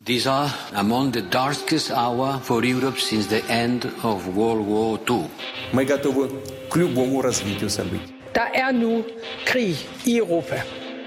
These are among the darkest hours for Europe since the end of World War II. Мы готовы к любому развитию событий. Der er nu krig i Europa.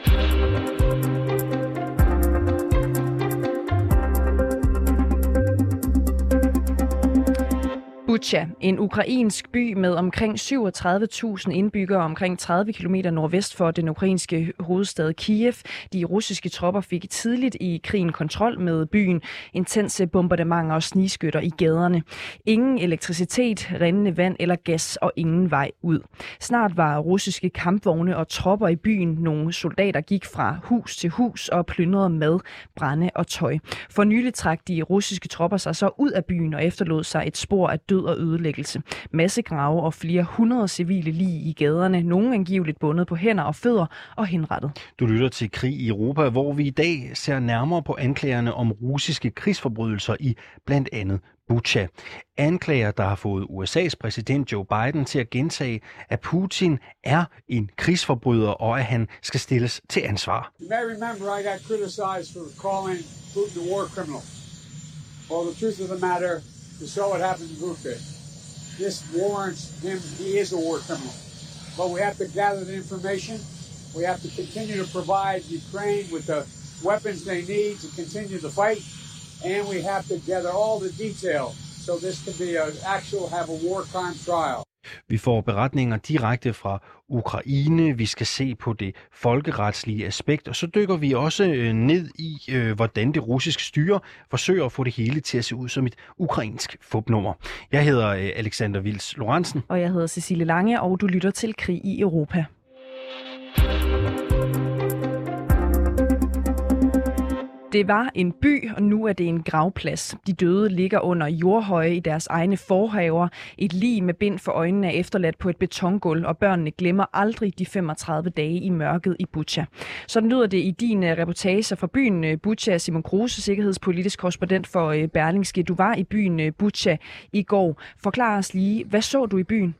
Bucha, en ukrainsk by med omkring 37.000 indbyggere omkring 30 km nordvest for den ukrainske hovedstad Kiev. De russiske tropper fik tidligt i krigen kontrol med byen. Intense bombardementer og snigskytter i gaderne. Ingen elektricitet, rindende vand eller gas og ingen vej ud. Snart var russiske kampvogne og tropper i byen. Nogle soldater gik fra hus til hus og plyndrede mad, brænde og tøj. For nylig trak de russiske tropper sig så ud af byen og efterlod sig et spor af død og ødelæggelse. Massegrave og flere hundrede civile lig i gaderne, nogle angiveligt bundet på hænder og fødder og henrettet. Du lytter til Krig i Europa, hvor vi i dag ser nærmere på anklagerne om russiske krigsforbrydelser i blandt andet Bucha. Anklager, der har fået USA's præsident Joe Biden til at gentage, at Putin er en krigsforbryder og at han skal stilles til ansvar. You may remember I got criticized for calling Putin a war criminal. Well, the truth of the matter, you saw what happened in Bucha. This warrants him, he is a war criminal. But we have to gather the information. We have to continue to provide Ukraine with the weapons they need to continue the fight. And we have to gather all the details, so this can be have a war crime trial. Vi får beretninger direkte fra Ukraine. Vi skal se på det folkeretslige aspekt, og så dykker vi også ned i, hvordan det russiske styre forsøger at få det hele til at se ud som et ukrainsk fupnummer. Jeg hedder Alexander Vils Lorentzen. Og jeg hedder Cecilie Lange, og du lytter til Krig i Europa. Det var en by, og nu er det en gravplads. De døde ligger under jordhøje i deres egne forhaver. Et lig med bind for øjnene er efterladt på et betongulv, og børnene glemmer aldrig de 35 dage i mørket i Bucha. Sådan lyder det i din reportage fra byen Bucha. Simon Kruse, sikkerhedspolitisk korrespondent for Berlingske. Du var i byen Bucha i går. Forklar os lige, hvad så du i byen?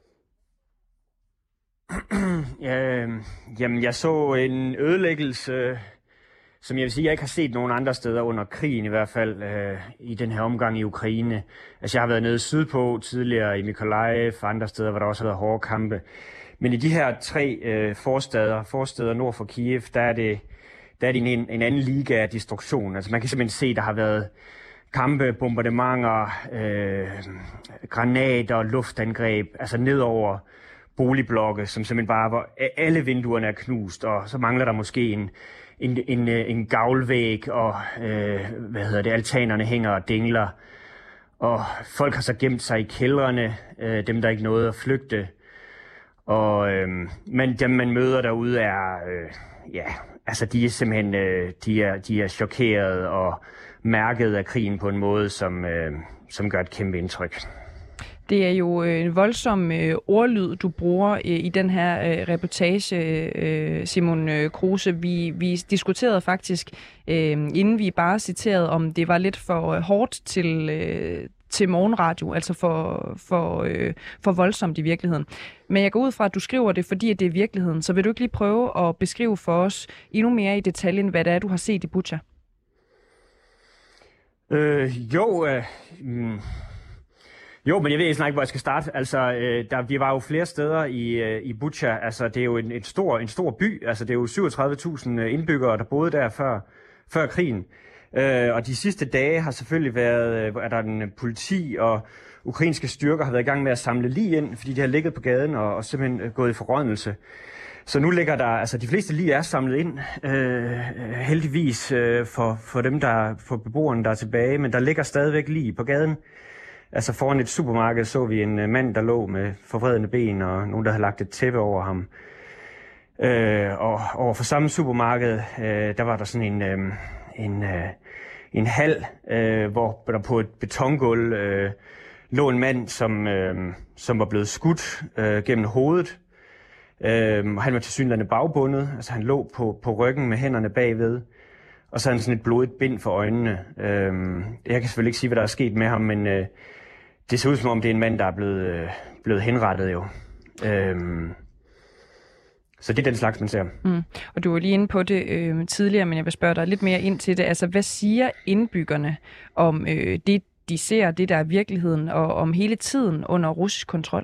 Jamen, jeg så en ødelæggelse, som jeg vil sige, jeg ikke har set nogen andre steder under krigen, i hvert fald i den her omgang i Ukraine. Altså, jeg har været nede sydpå tidligere i Mykolaiv, andre steder, hvor der også har været hårde kampe. Men i de her tre forsteder nord for Kiev, der er det en anden liga af destruktion. Altså, man kan simpelthen se, der har været kampe, bombardementer, granater, luftangreb, altså ned over boligblokke, som simpelthen bare, hvor alle vinduerne er knust, og så mangler der måske en gavlvæg, og altanerne hænger og dingler. Og folk har så gemt sig i kældrene, dem der ikke nåede at flygte. Og men dem man møder derude er, de er simpelthen, de er chokeret og mærket af krigen på en måde, som gør et kæmpe indtryk. Det er jo en voldsom ordlyd, du bruger i den her reportage, Simon Kruse. Vi diskuterede faktisk, inden vi bare citerede, om det var lidt for hårdt til morgenradio, altså for voldsomt i virkeligheden. Men jeg går ud fra, at du skriver det, fordi det er virkeligheden. Så vil du ikke lige prøve at beskrive for os endnu mere i detaljen, hvad det er, du har set i Bucha? Jo, men jeg ved ikke snart, hvor jeg skal starte. Altså, vi var jo flere steder i Bucha. Altså, det er jo en stor by. Altså, det er jo 37.000 indbyggere, der boede der før krigen. Og de sidste dage har selvfølgelig været, at der en politi og ukrainske styrker har været i gang med at samle lig ind, fordi de har ligget på gaden og simpelthen gået i forrådnelse. Så nu ligger der, altså de fleste lig er samlet ind, heldigvis for dem, for beboerne, der er tilbage, men der ligger stadigvæk lig på gaden. Altså foran et supermarked så vi en mand, der lå med forvredne ben, og nogen, der havde lagt et tæppe over ham. Og over for samme supermarked, der var der sådan en hal, hvor der på et betongulv lå en mand, som var blevet skudt gennem hovedet. Han var tilsyneladende bagbundet, altså han lå på ryggen med hænderne bagved. Og så havde han sådan et blodigt bind for øjnene. Jeg kan selvfølgelig ikke sige, hvad der er sket med ham, men det ser ud som om, det er en mand, der er blevet henrettet jo. Så det er den slags, man ser. Og du var lige inde på det tidligere, men jeg vil spørge dig lidt mere ind til det. Altså, hvad siger indbyggerne om det, de ser, det der er virkeligheden, og om hele tiden under russisk kontrol?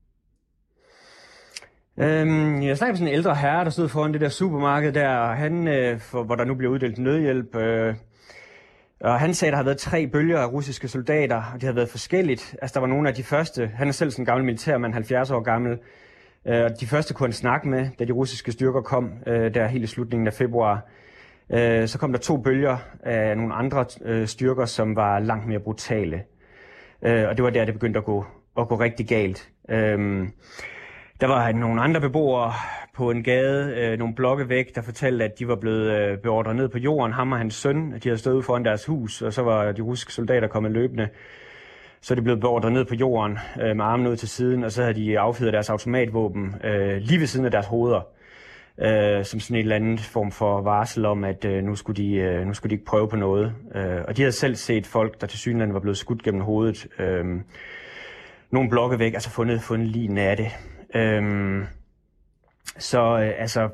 Jeg snakker med sådan en ældre herre, der stod foran det der supermarked der, og han, hvor der nu bliver uddelt nødhjælp, og han sagde, at der havde været 3 bølger af russiske soldater, og det havde været forskelligt. Altså, der var nogle af de første, han er selv sådan en gammel militærmand, 70 år gammel, og de første kunne han snakke med, da de russiske styrker kom, der helt i slutningen af februar. Så kom der 2 bølger af nogle andre styrker, som var langt mere brutale. Og det var der, det begyndte at gå rigtig galt. Der var nogle andre beboere på en gade, nogle blokke væk, der fortalte, at de var blevet beordret ned på jorden. Ham og hans søn, de havde stået foran deres hus, og så var de russiske soldater kommet løbende. Så er de blevet beordret ned på jorden med armen ud til siden, og så havde de affyret deres automatvåben lige ved siden af deres hoveder. Som sådan en eller anden form for varsel om, at nu skulle de ikke prøve på noget. Og de havde selv set folk, der tilsyneladende var blevet skudt gennem hovedet. Nogle blokke væk, altså fundet ligen af det. Så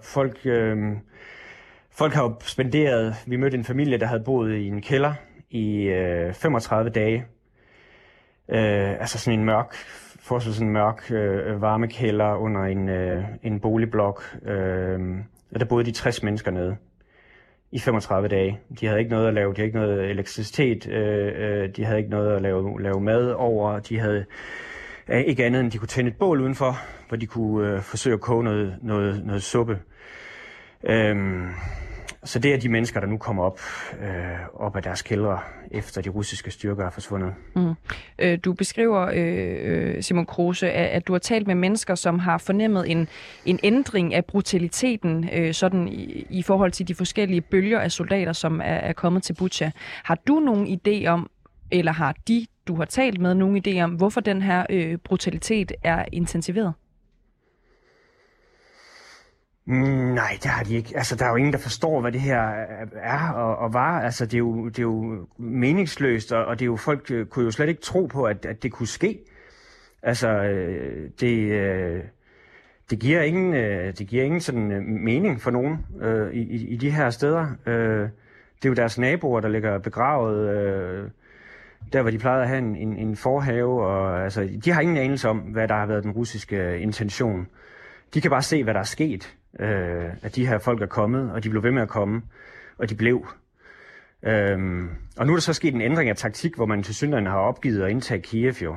folk har jo spenderet, vi mødte en familie, der havde boet i en kælder i 35 dage. Altså sådan en mørk varmekælder under en boligblok. Og der boede de 60 mennesker nede i 35 dage. De havde ikke noget at lave, de havde ikke noget elektricitet, de havde ikke noget at lave mad over, de havde ikke andet end de kunne tænde et bål udenfor, hvor de kunne forsøge at koge noget suppe. Så det er de mennesker, der nu kommer op af deres kældre, efter de russiske styrker er forsvundet. Du beskriver, Simon Kruse, at du har talt med mennesker, som har fornemmet en ændring af brutaliteten sådan i forhold til de forskellige bølger af soldater, som er kommet til Bucha. Har du nogen idé om, eller har du har talt med nogen idé om, hvorfor den her brutalitet er intensiveret? Nej, det har de ikke. Altså, der er jo ingen, der forstår, hvad det her er og var. Altså, det er jo meningsløst, og det er jo, folk kunne jo slet ikke tro på, at det kunne ske. Altså, det giver ingen sådan mening for nogen i de her steder. Det er jo deres naboer, der ligger begravet der, hvor de plejede at have en forhave. Og, altså, de har ingen anelse om, hvad der har været den russiske intention. De kan bare se, hvad der er sket. At de her folk er kommet, og de blev ved med at komme, og de blev. Og nu er der så sket en ændring af taktik, hvor man tilsyneladende har opgivet at indtage Kiev jo.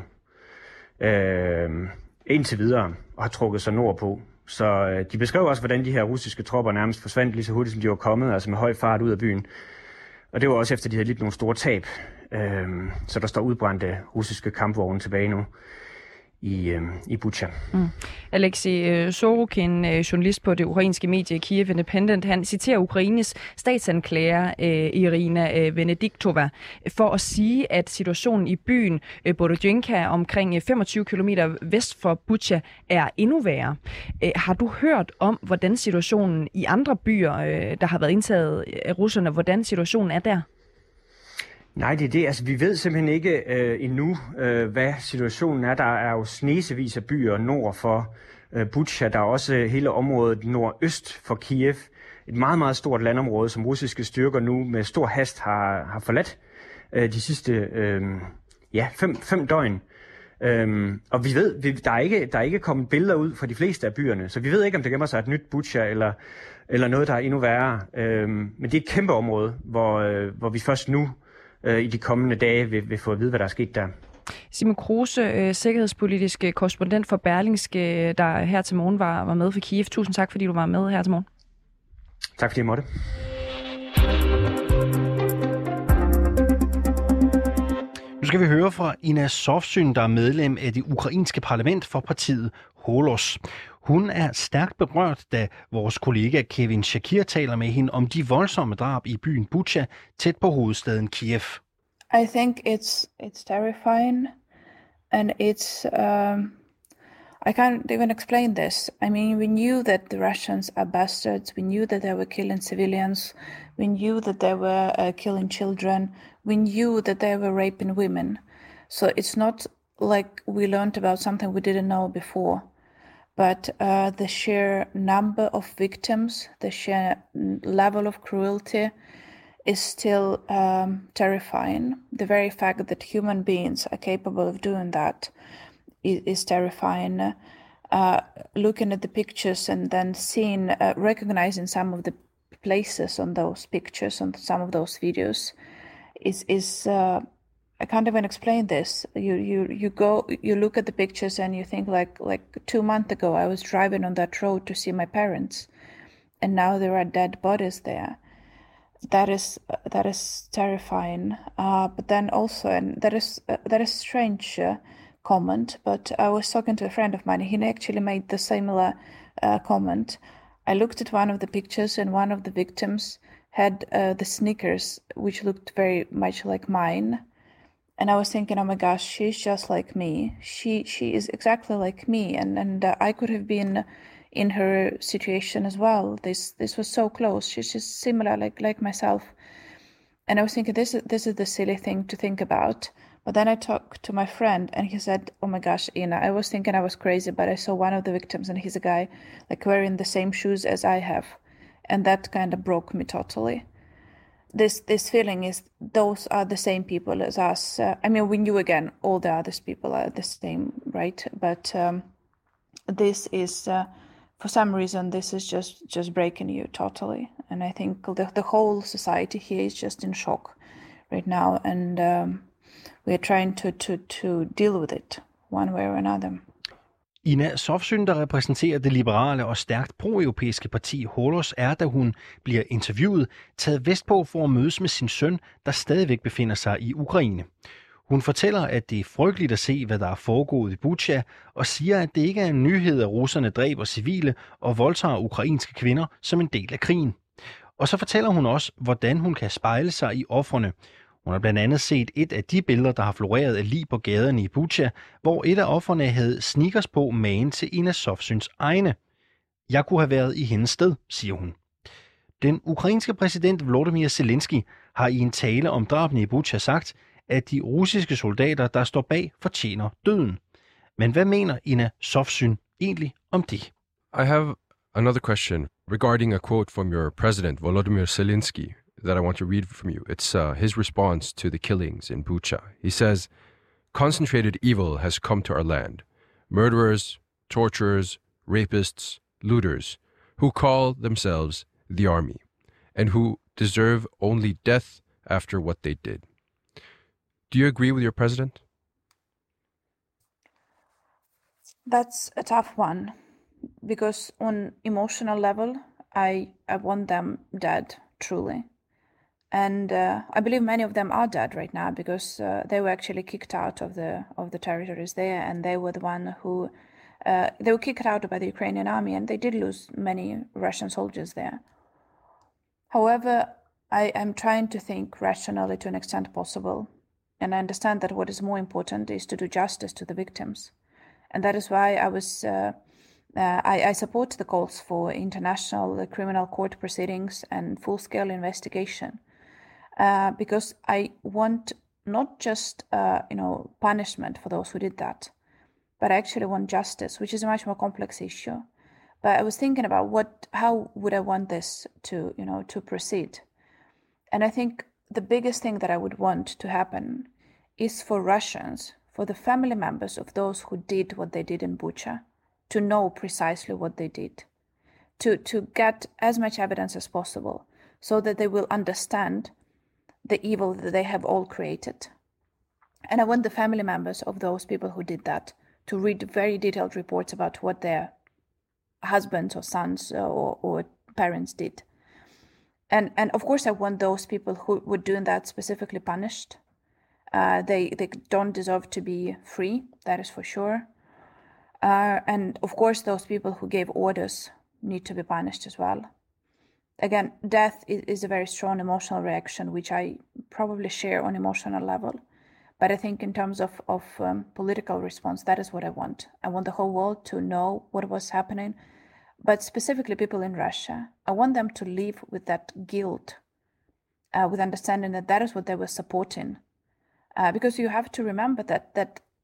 Indtil videre, og har trukket sig nordpå. Så de beskrev også, hvordan de her russiske tropper nærmest forsvandt lige så hurtigt, som de var kommet, altså med høj fart ud af byen. Og det var også efter, de havde lidt nogle store tab. Så der står udbrændte russiske kampvogne tilbage nu i Bucha. Alexei Sorokin, journalist på det ukrainske medie Kiev Independent, han citerer Ukraines statsanklager Irina Venediktova for at sige, at situationen i byen Borodyanka omkring 25 km vest for Bucha er endnu værre. Har du hørt om, hvordan situationen i andre byer, der har været indtaget af russerne, hvordan situationen er der? Nej, det er det. Altså, vi ved simpelthen ikke endnu, hvad situationen er. Der er jo snesevis af byer nord for Bucha. Der er også hele området nordøst for Kiev. Et meget, meget stort landområde, som russiske styrker nu med stor hast har forladt de sidste 5 døgn. Og vi ved, der er ikke kommet billeder ud fra de fleste af byerne, så vi ved ikke, om det gemmer sig et nyt Bucha eller noget, der er endnu værre. Men det er et kæmpe område, hvor vi først nu i de kommende dage vil få at vide, hvad der er sket der. Simon Kruse, sikkerhedspolitisk korrespondent for Berlingske, der her til morgen var med for Kiev. Tusind tak, fordi du var med her til morgen. Tak fordi jeg måtte. Nu skal vi høre fra Ina Sovsyn, der er medlem af det ukrainske parlament for partiet Holos. Hun er stærkt berørt, da vores kollega Kevin Shakir taler med hende om de voldsomme drab i byen Bucha, tæt på hovedstaden Kiev. I think it's terrifying, and it's I can't even explain this. I mean, we knew that the Russians are bastards. We knew that they were killing civilians. We knew that they were killing children. We knew that they were raping women. So it's not like we learned about something we didn't know before. but the sheer number of victims, the sheer level of cruelty is still terrifying. The very fact that human beings are capable of doing that is terrifying. Looking at the pictures and then recognizing some of the places on those pictures, on some of those videos, is I can't even explain this. You look at the pictures and you think like 2 months ago I was driving on that road to see my parents, and now there are dead bodies there. That is terrifying. But then also, and that is strange comment. But I was talking to a friend of mine. He actually made the similar comment. I looked at one of the pictures, and one of the victims had the sneakers, which looked very much like mine. And I was thinking, oh my gosh, she's just like me. She is exactly like me, and I could have been in her situation as well. This was so close. She's just similar, like myself. And I was thinking, this is the silly thing to think about. But then I talked to my friend, and he said, oh my gosh, Ina, I was thinking I was crazy, but I saw one of the victims, and he's a guy like wearing the same shoes as I have, and that kind of broke me totally. This feeling is those are the same people as us. I mean, we knew again all the other people are the same, right? But this is. For some reason, this is just breaking you totally. And I think the whole society here is just in shock right now. And we are trying to deal with it one way or another. Ina Sofsyn, der repræsenterer det liberale og stærkt pro-europæiske parti Holos, er, da hun bliver interviewet, taget vestpå for at mødes med sin søn, der stadigvæk befinder sig i Ukraine. Hun fortæller, at det er frygteligt at se, hvad der er foregået i Bucha, og siger, at det ikke er en nyhed, at russerne dræber civile og voldtager ukrainske kvinder som en del af krigen. Og så fortæller hun også, hvordan hun kan spejle sig i ofrene. Hun har blandt andet set et af de billeder, der har floreret af lig på gaderne i Bucha, hvor et af ofrene havde sneakers på magen til Ina Sofsyns egne. Jeg kunne have været i hendes sted, siger hun. Den ukrainske præsident Volodymyr Zelensky har i en tale om drabene i Bucha sagt, at de russiske soldater, der står bag, fortjener døden. Men hvad mener Ina Sofsyn egentlig om det? I have another question regarding a quote from your president, Volodymyr Zelensky, that I want to read from you. It's his response to the killings in Bucha. He says, "Concentrated evil has come to our land. Murderers, torturers, rapists, looters, who call themselves the army, and who deserve only death after what they did." Do you agree with your president? That's a tough one, because on emotional level, I want them dead, truly. And I believe many of them are dead right now, because they were actually kicked out of the territories there, and they were the one who they were kicked out by the Ukrainian army, and they did lose many Russian soldiers there. However, I am trying to think rationally to an extent possible. And I understand that what is more important is to do justice to the victims. And that is why I support the calls for international criminal court proceedings and full-scale investigation. Because I want not just punishment for those who did that, but I actually want justice, which is a much more complex issue. But I was thinking about how would I want this to proceed. And I think the biggest thing that I would want to happen is for Russians, for the family members of those who did what they did in Bucha, to know precisely what they did, to get as much evidence as possible, so that they will understand the evil that they have all created. And I want the family members of those people who did that to read very detailed reports about what their husbands or sons or parents did. And of course, I want those people who were doing that specifically punished. They don't deserve to be free, that is for sure. And of course, those people who gave orders need to be punished as well. Again, death is a very strong emotional reaction, which I probably share on emotional level. But I think in terms of political response, that is what I want. I want the whole world to know what was happening, but specifically people in Russia. I want them to live with that guilt, with understanding that is what they were supporting. Because you have to remember that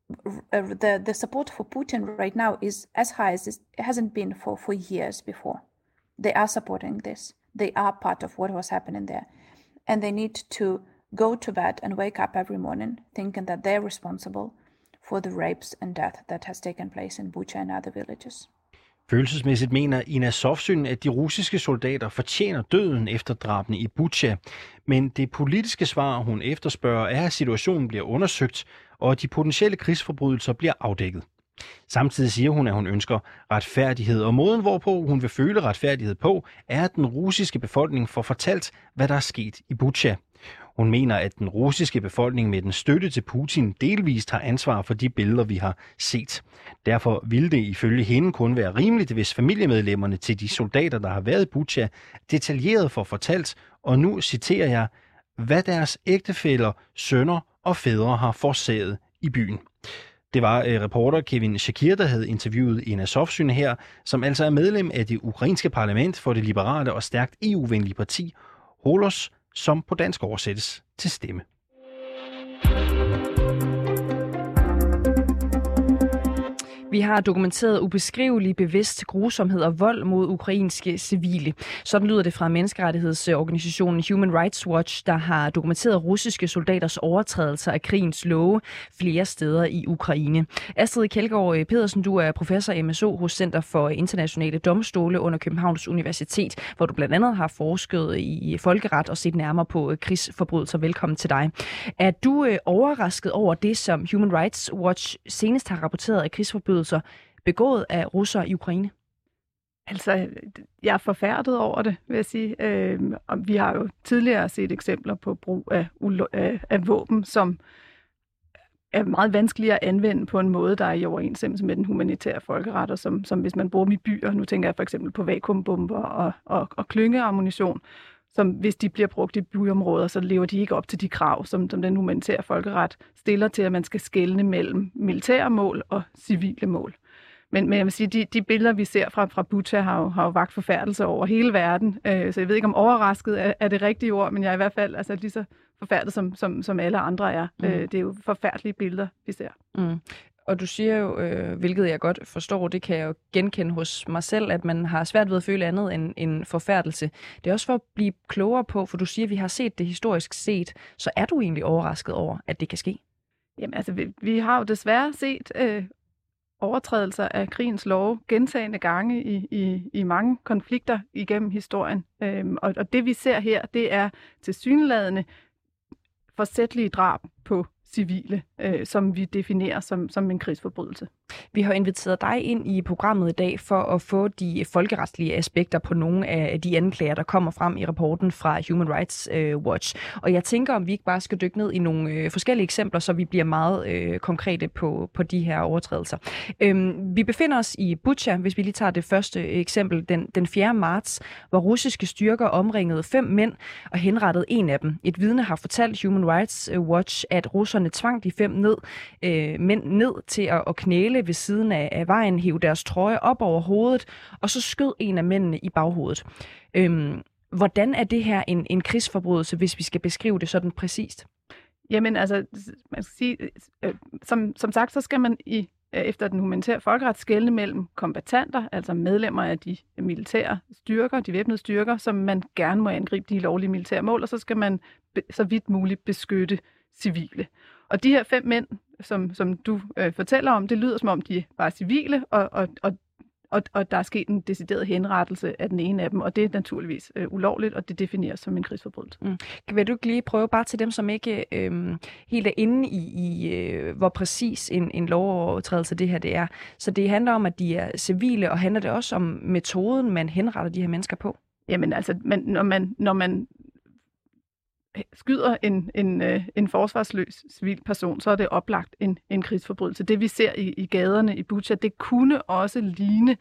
the support for Putin right now is as high as it hasn't been for years before. They are supporting this. They are part of what was happening there. And they need to go to bed and wake up every morning thinking that they're responsible for the rapes and death that has taken place in Bucha and other villages. Følelsesmæssigt mener Ina Sofsyn, at de russiske soldater fortjener døden efter drabene i Bucha. Men det politiske svar, hun efterspørger, er, at situationen bliver undersøgt, og at de potentielle krigsforbrydelser bliver afdækket. Samtidig siger hun, at hun ønsker retfærdighed, og måden, hvorpå hun vil føle retfærdighed på, er, at den russiske befolkning får fortalt, hvad der er sket i Bucha. Hun mener, at den russiske befolkning med den støtte til Putin delvist har ansvar for de billeder, vi har set. Derfor ville det ifølge hende kun være rimeligt, hvis familiemedlemmerne til de soldater, der har været i Bucha, detaljeret får fortalt, og nu citerer jeg, hvad deres ægtefæller, sønner og fædre har forsaget i byen. Det var reporter Kevin Shakir, der havde interviewet Ina Sofsyn her, som altså er medlem af det ukrainske parlament for det liberale og stærkt EU-venlige parti Holos, som på dansk oversættes til stemme. Vi har dokumenteret ubeskrivelig bevidst grusomhed og vold mod ukrainske civile. Sådan lyder det fra menneskerettighedsorganisationen Human Rights Watch, der har dokumenteret russiske soldaters overtrædelser af krigens love flere steder i Ukraine. Astrid Kjeldgaard Pedersen, du er professor MSO hos Center for Internationale Domstole under Københavns Universitet, hvor du blandt andet har forsket i folkeret og set nærmere på krigsforbrydelser. Velkommen til dig. Er du overrasket over det, som Human Rights Watch senest har rapporteret af krigsforbrydelser begået af russere i Ukraine? Altså, jeg er forfærdet over det, vil jeg sige. Og vi har jo tidligere set eksempler på brug af våben, som er meget vanskeligere at anvende på en måde, der er i overensstemmelse med den humanitære folkeret, og som hvis man bruger dem i byer, nu tænker jeg for eksempel på vakuumbomber og klyngeammunition, som hvis de bliver brugt i byområder, så lever de ikke op til de krav, som den humanitære folkeret stiller til, at man skal skelne mellem militære mål og civile mål. Men jeg vil sige, de billeder, vi ser fra Bucha, har jo vakt forfærdelse over hele verden. Så jeg ved ikke, om overrasket er det rigtige ord, men jeg er i hvert fald altså, lige så forfærdet, som alle andre er. Det er jo forfærdelige billeder, vi ser. Og du siger jo, hvilket jeg godt forstår, det kan jeg jo genkende hos mig selv, at man har svært ved at føle andet end en forfærdelse. Det er også for at blive klogere på, for du siger, at vi har set det historisk set, så er du egentlig overrasket over, at det kan ske? Jamen altså, vi har jo desværre set overtrædelser af krigens love gentagne gange i mange konflikter igennem historien. Og det vi ser her, det er tilsyneladende forsætlige drab på civile, som vi definerer som en krigsforbrydelse. Vi har inviteret dig ind i programmet i dag for at få de folkeretslige aspekter på nogle af de anklager, der kommer frem i rapporten fra Human Rights Watch. Og jeg tænker, om vi ikke bare skal dykke ned i nogle forskellige eksempler, så vi bliver meget konkrete på de her overtrædelser. Vi befinder os i Bucha, hvis vi lige tager det første eksempel, den 4. marts, hvor russiske styrker omringede 5 mænd og henrettede en af dem. Et vidne har fortalt Human Rights Watch, at russerne tvang de 5 mænd ned til at knæle ved siden af vejen, hæve deres trøje op over hovedet, og så skød en af mændene i baghovedet. Hvordan er det her en krigsforbrydelse, hvis vi skal beskrive det sådan præcist? Jamen altså, man skal sige, som sagt, så skal man efter den humanitære folkeret skelne mellem kombattanter, altså medlemmer af de militære styrker, de væbnede styrker, som man gerne må angribe de lovlige militære mål, og så skal man så vidt muligt beskytte civile. Og de her 5 mænd, som du fortæller om, det lyder som om, de var civile, og der er sket en decideret henrettelse af den ene af dem, og det er naturligvis ulovligt, og det defineres som en krigsforbrydelse. Vil du ikke lige prøve bare til dem, som ikke helt er inde i hvor præcis en lovovertrædelse det her det er. Så det handler om, at de er civile, og handler det også om metoden, man henretter de her mennesker på? Jamen altså, når man skyder en forsvarsløs civil person, så er det oplagt en krigsforbrydelse. Det vi ser i gaderne i Bucha, det kunne også ligne,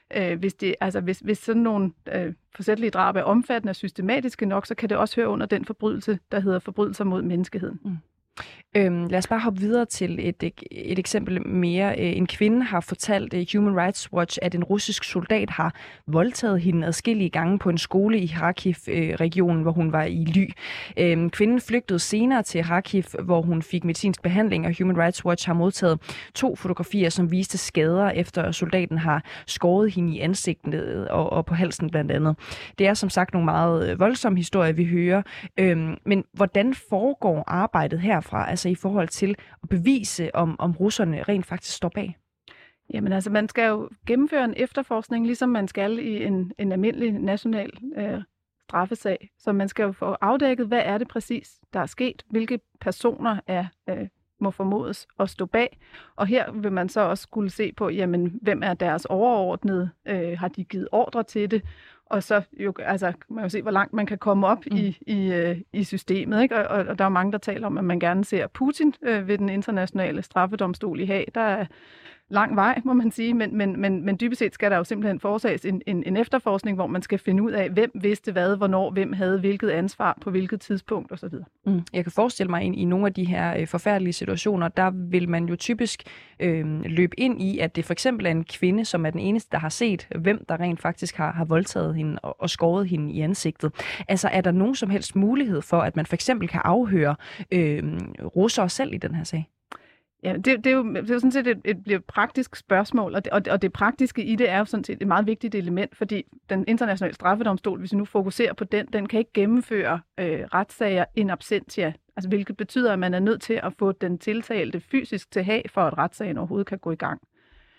hvis sådan nogle forsættelige drab er omfattende og systematiske nok, så kan det også høre under den forbrydelse, der hedder forbrydelser mod menneskeheden. Lad os bare hoppe videre til et eksempel mere. En kvinde har fortalt Human Rights Watch, at en russisk soldat har voldtaget hende adskillige gange på en skole i Kharkiv-regionen, hvor hun var i ly. Kvinden flygtede senere til Kharkiv, hvor hun fik medicinsk behandling, og Human Rights Watch har modtaget 2 fotografier, som viste skader, efter soldaten har skåret hende i ansigtet og på halsen blandt andet. Det er som sagt nogle meget voldsomme historier, vi hører. Men hvordan foregår arbejdet herfra, altså i forhold til at bevise, om russerne rent faktisk står bag? Jamen altså, man skal jo gennemføre en efterforskning, ligesom man skal i en almindelig national straffesag. Så man skal jo få afdækket, hvad er det præcis, der er sket, hvilke personer må formodes at stå bag. Og her vil man så også skulle se på, jamen, hvem er deres overordnede, har de givet ordre til det, og så jo, altså, man kan jo se, hvor langt man kan komme op i systemet. Ikke? Og der er mange, der taler om, at man gerne ser Putin ved den internationale straffedomstol i Haag. Der er lang vej, må man sige, men dybest set skal der jo simpelthen foretages en efterforskning, hvor man skal finde ud af, hvem vidste hvad, hvornår, hvem havde hvilket ansvar på hvilket tidspunkt osv. Jeg kan forestille mig, i nogle af de her forfærdelige situationer, der vil man jo typisk løbe ind i, at det for eksempel er en kvinde, som er den eneste, der har set, hvem der rent faktisk har voldtaget hende og skåret hende i ansigtet. Altså, er der nogen som helst mulighed for, at man for eksempel kan afhøre russere selv i den her sag? Ja, det er jo sådan set et praktisk spørgsmål, og det praktiske i det er jo sådan set et meget vigtigt element, fordi den internationale straffedomstol, hvis vi nu fokuserer på den kan ikke gennemføre retssager in absentia, altså hvilket betyder, at man er nødt til at få den tiltalte fysisk til Haag, for at retssagen overhovedet kan gå i gang.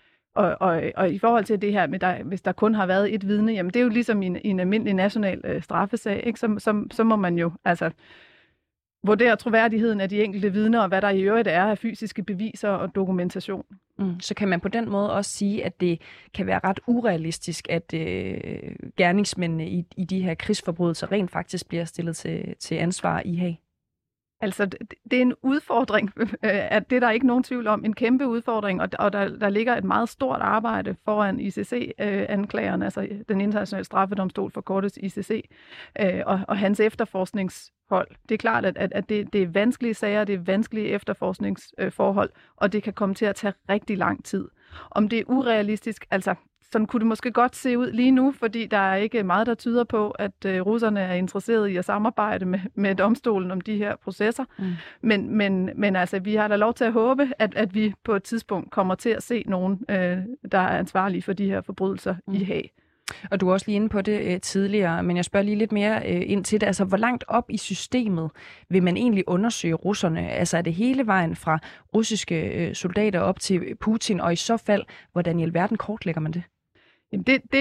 Og i forhold til det her med, hvis der kun har været et vidne, jamen det er jo ligesom i en almindelig national straffesag, ikke? Så må man jo altså vurdere troværdigheden af de enkelte vidner, og hvad der i øvrigt er af fysiske beviser og dokumentation. Så kan man på den måde også sige, at det kan være ret urealistisk, at gerningsmændene i de her krigsforbrydelser rent faktisk bliver stillet til ansvar i Haag? Altså, det er en udfordring, at det er der ikke nogen tvivl om. En kæmpe udfordring, og der ligger et meget stort arbejde foran ICC-anklageren, altså den internationale straffedomstol forkortes ICC, og hans efterforskningshold. Det er klart, at det er vanskelige sager, det er vanskelige efterforskningsforhold, og det kan komme til at tage rigtig lang tid. Om det er urealistisk, altså sådan kunne det måske godt se ud lige nu, fordi der er ikke meget, der tyder på, at russerne er interesserede i at samarbejde med domstolen om de her processer. Men altså, vi har da lov til at håbe, at vi på et tidspunkt kommer til at se nogen, der er ansvarlige for de her forbrydelser i Haag. Og du var også lige inde på det tidligere, men jeg spørger lige lidt mere ind til det. Altså, hvor langt op i systemet vil man egentlig undersøge russerne? Altså, er det hele vejen fra russiske soldater op til Putin, og i så fald, hvordan i alverden kortlægger man det? Jamen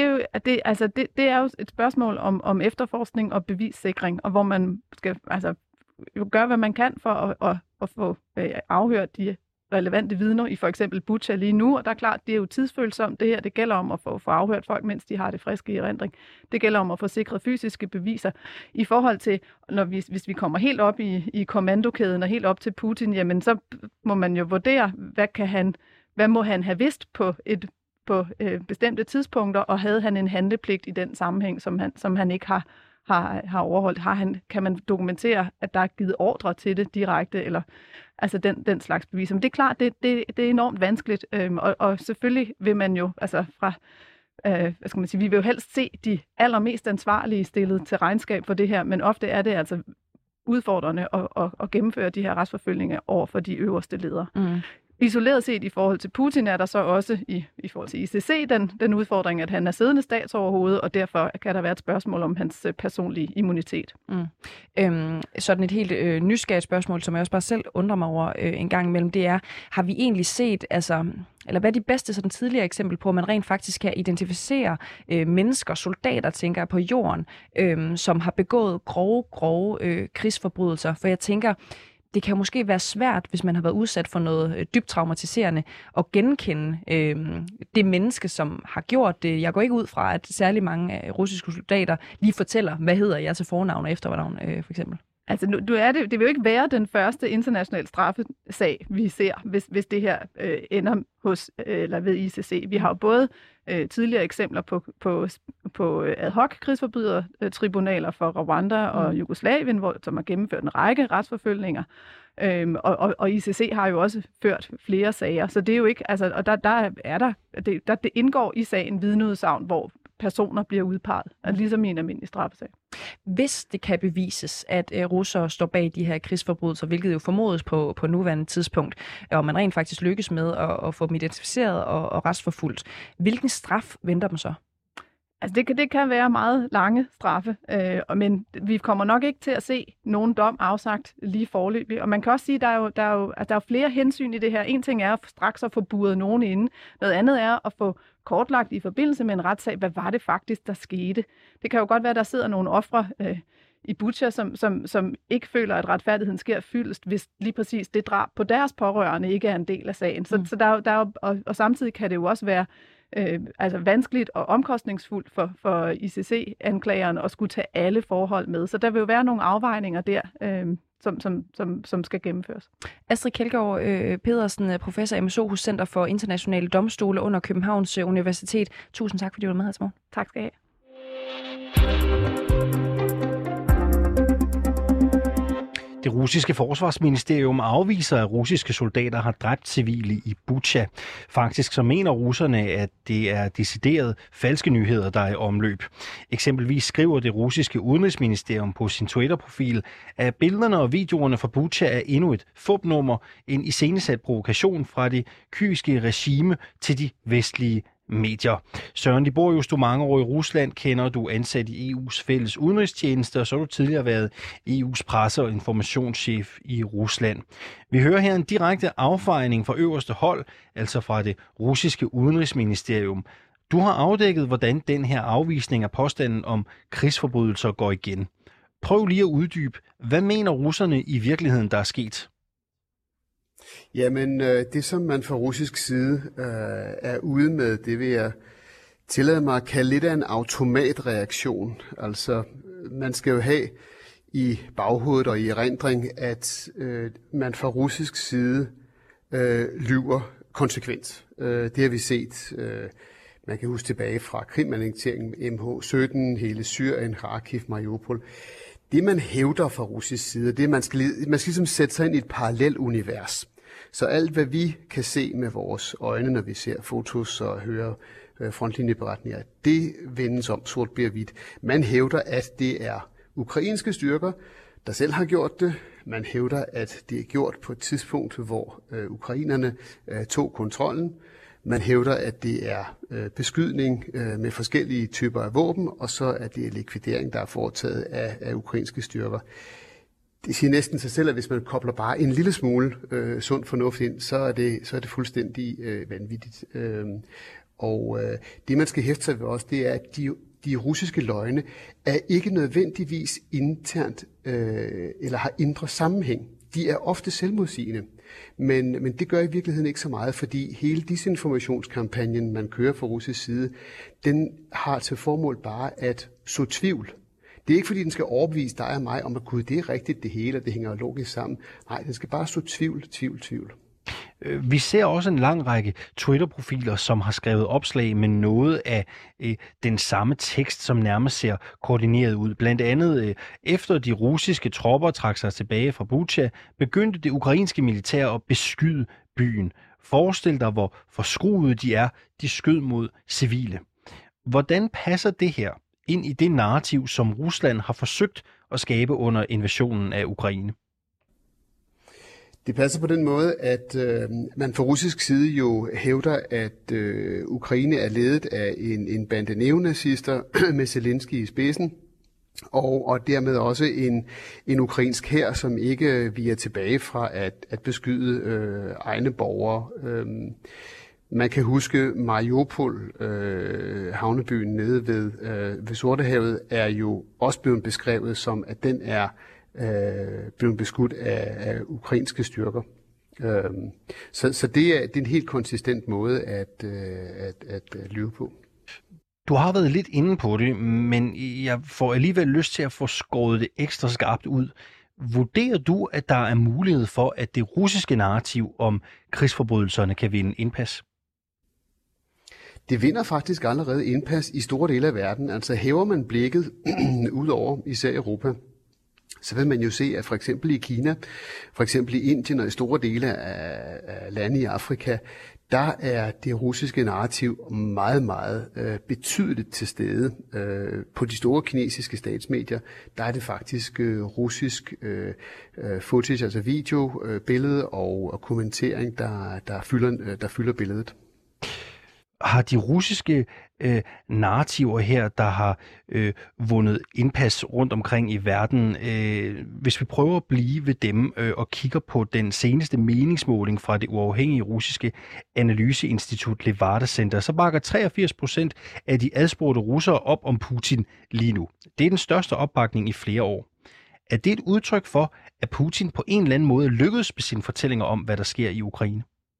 det er jo et spørgsmål om efterforskning og bevissikring, og hvor man skal altså gøre, hvad man kan for at få afhørt de relevante vidner i for eksempel Bucha lige nu, og der er klart, det er jo tidsfølsomt det her. Det gælder om at få afhørt folk, mens de har det friske i erindring. Det gælder om at få sikret fysiske beviser. I forhold til, hvis vi kommer helt op i kommandokæden og helt op til Putin, jamen så må man jo vurdere, hvad må han have vidst på bestemte tidspunkter, og havde han en handlepligt i den sammenhæng, som han ikke har overholdt? Kan man dokumentere, at der er givet ordre til det direkte, eller altså den slags beviser? Men det er klart, det er enormt vanskeligt, og selvfølgelig vil man jo, altså fra, hvad skal man sige, vi vil jo helst se de allermest ansvarlige stillet til regnskab for det her, men ofte er det altså udfordrende at gennemføre de her retsforfølgninger over for de øverste ledere. Isoleret set i forhold til Putin er der så også i forhold til ICC den udfordring, at han er siddende statsoverhoved, og derfor kan der være et spørgsmål om hans personlige immunitet. Sådan et helt nysgerrigt spørgsmål, som jeg også bare selv undrer mig over en gang imellem, det er, har vi egentlig set, altså, eller hvad er de bedste sådan tidligere eksempel på, at man rent faktisk kan identificere mennesker, soldater, tænker jeg, på jorden, som har begået grove krigsforbrydelser? For jeg tænker, det kan måske være svært, hvis man har været udsat for noget dybt traumatiserende, at genkende det menneske, som har gjort det. Jeg går ikke ud fra, at særlig mange russiske soldater lige fortæller, hvad hedder jeg til fornavn og efternavn, for eksempel. Altså, det vil jo ikke være den første internationale straffesag, vi ser, hvis det her ender ved ICC. Vi har jo både tidligere eksempler på ad hoc krigsforbrydertribunaler for Rwanda og Jugoslavien, som har gennemført en række retsforfølgninger. Og ICC har jo også ført flere sager, så det er jo ikke, altså, og det indgår i sagen vidneudsagn, hvor personer bliver udpeget, ligesom i en almindelig straffesag. Hvis det kan bevises, at russere står bag de her krigsforbrydelser, hvilket jo formodes på nuværende tidspunkt, og man rent faktisk lykkes med at få dem identificeret og retsforfulgt, hvilken straf venter dem så? Altså det kan være meget lange straffe, men vi kommer nok ikke til at se nogen dom afsagt lige foreløbig. Og man kan også sige, at der er jo flere hensyn i det her. En ting er straks at få buret nogen inde. Noget andet er at få kortlagt i forbindelse med en retssag, hvad var det faktisk, der skete. Det kan jo godt være, at der sidder nogle ofre i Bucha, som ikke føler, at retfærdigheden sker fyldest, hvis lige præcis det drab på deres pårørende ikke er en del af sagen. Så og samtidig kan det jo også være vanskeligt og omkostningsfuldt for ICC-anklageren at skulle tage alle forhold med. Så der vil jo være nogle afvejninger der, som skal gennemføres. Astrid Kjeldgaard Pedersen, professor MSO hos Center for Internationale Domstole under Københavns Universitet. Tusind tak, fordi du var med her til morgen. Tak skal I have. Det russiske forsvarsministerium afviser, at russiske soldater har dræbt civile i Bucha. Faktisk så mener russerne, at det er decideret falske nyheder, der er i omløb. Eksempelvis skriver det russiske udenrigsministerium på sin Twitter-profil, at billederne og videoerne fra Bucha er endnu et fupnummer, en iscenesat provokation fra det kyniske regime til de vestlige medier. Søren Liborius, du mange år i Rusland, kender du ansat i EU's fælles udenrigstjeneste, og så har du tidligere været EU's presse- og informationschef i Rusland. Vi hører her en direkte affejning fra øverste hold, altså fra det russiske udenrigsministerium. Du har afdækket, hvordan den her afvisning af påstanden om krigsforbrydelser går igen. Prøv lige at uddybe, hvad mener russerne i virkeligheden, der er sket? Jamen, det som man fra russisk side er ude med, det vil jeg tillade mig at kalde lidt af en automatreaktion. Altså, man skal jo have i baghovedet og i erindring, at man fra russisk side lyver konsekvent. Det har vi set. Man kan huske tilbage fra Krim-annekteringen, MH17, hele Syrien, Kharkiv, Mariupol. Det man hævder fra russisk side, det er, man skal ligesom sætte sig ind i et parallelt univers. Så alt, hvad vi kan se med vores øjne, når vi ser fotos og hører frontlinjeberetninger, det vendes om sort bliver hvidt. Man hævder, at det er ukrainske styrker, der selv har gjort det. Man hævder, at det er gjort på et tidspunkt, hvor ukrainerne tog kontrollen. Man hævder, at det er beskydning med forskellige typer af våben, og så er det likvidering, der er foretaget af ukrainske styrker. Det siger næsten sig selv, at hvis man kobler bare en lille smule sund fornuft ind, så er det fuldstændig vanvittigt. Og det, man skal hæfte sig ved også, det er, at de russiske løgne er ikke nødvendigvis internt eller har indre sammenhæng. De er ofte selvmodsigende, men det gør i virkeligheden ikke så meget, fordi hele disinformationskampagnen, man kører fra russisk side, den har til formål bare at så tvivl. Det er ikke, fordi den skal overbevise dig og mig om, at gud, det er rigtigt det hele, og det hænger logisk sammen. Nej, den skal bare så tvivl. Vi ser også en lang række Twitter-profiler, som har skrevet opslag med noget af den samme tekst, som nærmest ser koordineret ud. Blandt andet efter de russiske tropper trak sig tilbage fra Bucha, begyndte det ukrainske militær at beskyde byen. Forestil dig, hvor forskruede de er. De skød mod civile. Hvordan passer det her ind i det narrativ, som Rusland har forsøgt at skabe under invasionen af Ukraine? Det passer på den måde, at man fra russisk side jo hævder, at Ukraine er ledet af en bande neonazister med Zelensky i spidsen, og dermed også en ukrainsk hær, som ikke viger tilbage fra at beskyde egne borgere. Man kan huske Mariupol, havnebyen nede ved Sortehavet, er jo også blevet beskrevet som, at den er blevet beskudt af ukrainske styrker. Så det er en helt konsistent måde at lyve på. Du har været lidt inde på det, men jeg får alligevel lyst til at få skåret det ekstra skarpt ud. Vurderer du, at der er mulighed for, at det russiske narrativ om krigsforbrydelserne kan vinde indpas? Det vinder faktisk allerede indpas i store dele af verden. Altså hæver man blikket ud over især Europa, så vil man jo se, at for eksempel i Kina, for eksempel i Indien og i store dele af lande i Afrika, der er det russiske narrativ meget, meget betydeligt til stede. På de store kinesiske statsmedier, der er det faktisk russisk footage, altså video, billede og kommentering, der fylder billedet. Har de russiske narrativer her, der har vundet indpas rundt omkring i verden, hvis vi prøver at blive ved dem og kigger på den seneste meningsmåling fra det uafhængige russiske analyseinstitut Levada Center, så bakker 83% af de adspurgte russere op om Putin lige nu. Det er den største opbakning i flere år. Er det et udtryk for, at Putin på en eller anden måde lykkedes med sine fortællinger om, hvad der sker i Ukraine?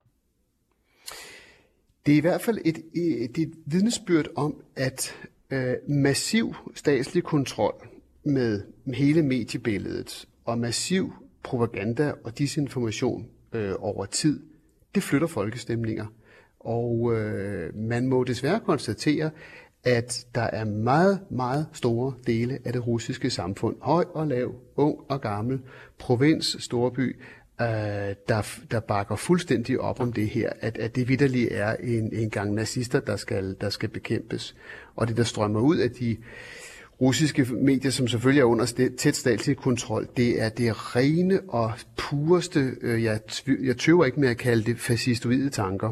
Det er i hvert fald et vidnesbyrd om, at massiv statslig kontrol med hele mediebilledet og massiv propaganda og disinformation over tid, det flytter folkestemninger. Og man må desværre konstatere, at der er meget, meget store dele af det russiske samfund, høj og lav, ung og gammel, provins, storby, der bakker fuldstændig op om det her, at det vitterligt er en gang nazister, der skal bekæmpes. Og det, der strømmer ud af de russiske medier, som selvfølgelig er under tæt statslig kontrol, det er det rene og pureste, jeg tøver ikke med at kalde det fascistoide tanker.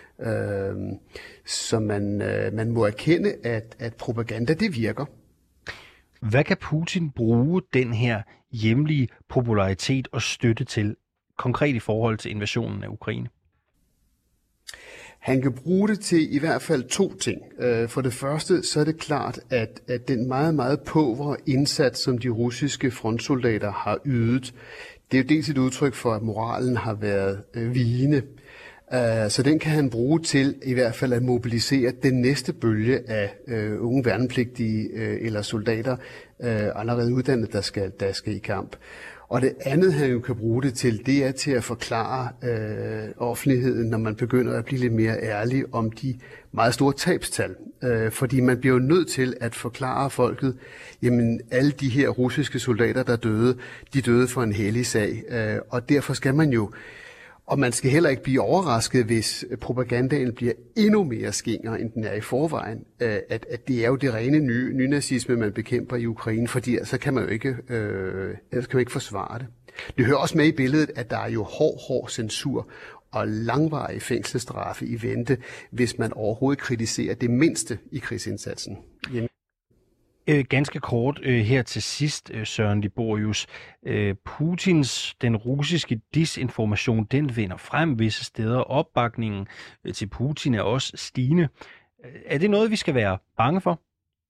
Så man må erkende, at propaganda, det virker. Hvad kan Putin bruge den her hjemlige popularitet og støtte til, konkret i forhold til invasionen af Ukraine? Han kan bruge det til i hvert fald 2 ting. For det første, så er det klart, at den meget, meget påvre indsats, som de russiske frontsoldater har ydet, det er jo dels et udtryk for, at moralen har været vigende. Så den kan han bruge til i hvert fald at mobilisere den næste bølge af unge værnepligtige eller soldater, allerede uddannet, der skal i kamp. Og det andet, han jo kan bruge det til, det er til at forklare offentligheden, når man begynder at blive lidt mere ærlig om de meget store tabstal. Fordi man bliver jo nødt til at forklare folket, jamen alle de her russiske soldater, der døde, de døde for en hellig sag. Og derfor skal man jo, og man skal heller ikke blive overrasket, hvis propagandaen bliver endnu mere skinger, end den er i forvejen. At det er jo det rene nynazisme, man bekæmper i Ukraine, fordi så kan man jo ikke, ellers kan man ikke forsvare det. Det hører også med i billedet, at der er jo hård censur og langvarige fængselsstraffe i vente, hvis man overhovedet kritiserer det mindste i krigsindsatsen. Ganske kort her til sidst, Søren Liborius. Putins, den russiske disinformation, den vinder frem visse steder. Opbakningen til Putin er også stigende. Er det noget, vi skal være bange for?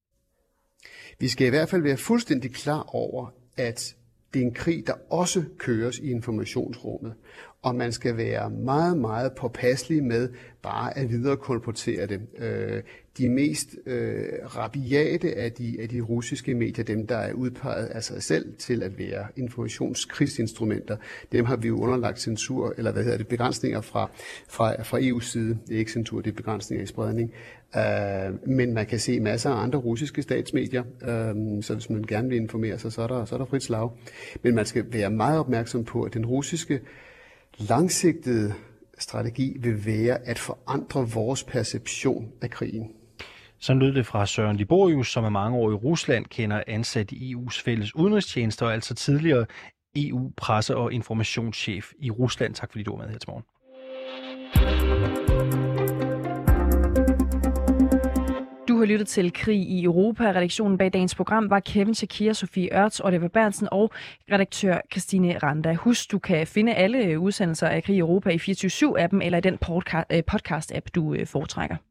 Vi skal i hvert fald være fuldstændig klar over, at det er en krig, der også køres i informationsrummet. Og man skal være meget, meget påpasselig med bare at viderekolportere det. De mest rabiate af de russiske medier, dem der er udpeget af sig selv til at være informationskrigsinstrumenter, dem har vi jo underlagt censur, eller begrænsninger fra EU's side. Det er ikke censur, det er begrænsninger i spredning. Men man kan se masser af andre russiske statsmedier, så hvis man gerne vil informere sig, så er der frit slag. Men man skal være meget opmærksom på, at den russiske langsigtede strategi vil være at forandre vores perception af krigen. Så lød det fra Søren Liborius, som er mange år i Rusland, kender ansat i EU's fælles udenrigstjeneste og altså tidligere EU-presse- og informationschef i Rusland. Tak fordi du var med her til morgen. Du har lyttet til Krig i Europa. Redaktionen bag dagens program var Kevin Shakir, Sofie Ørts, Oliver Berntsen og redaktør Christine Randa. Husk, du kan finde alle udsendelser af Krig i Europa i 24/7-appen eller i den podcast-app, du foretrækker.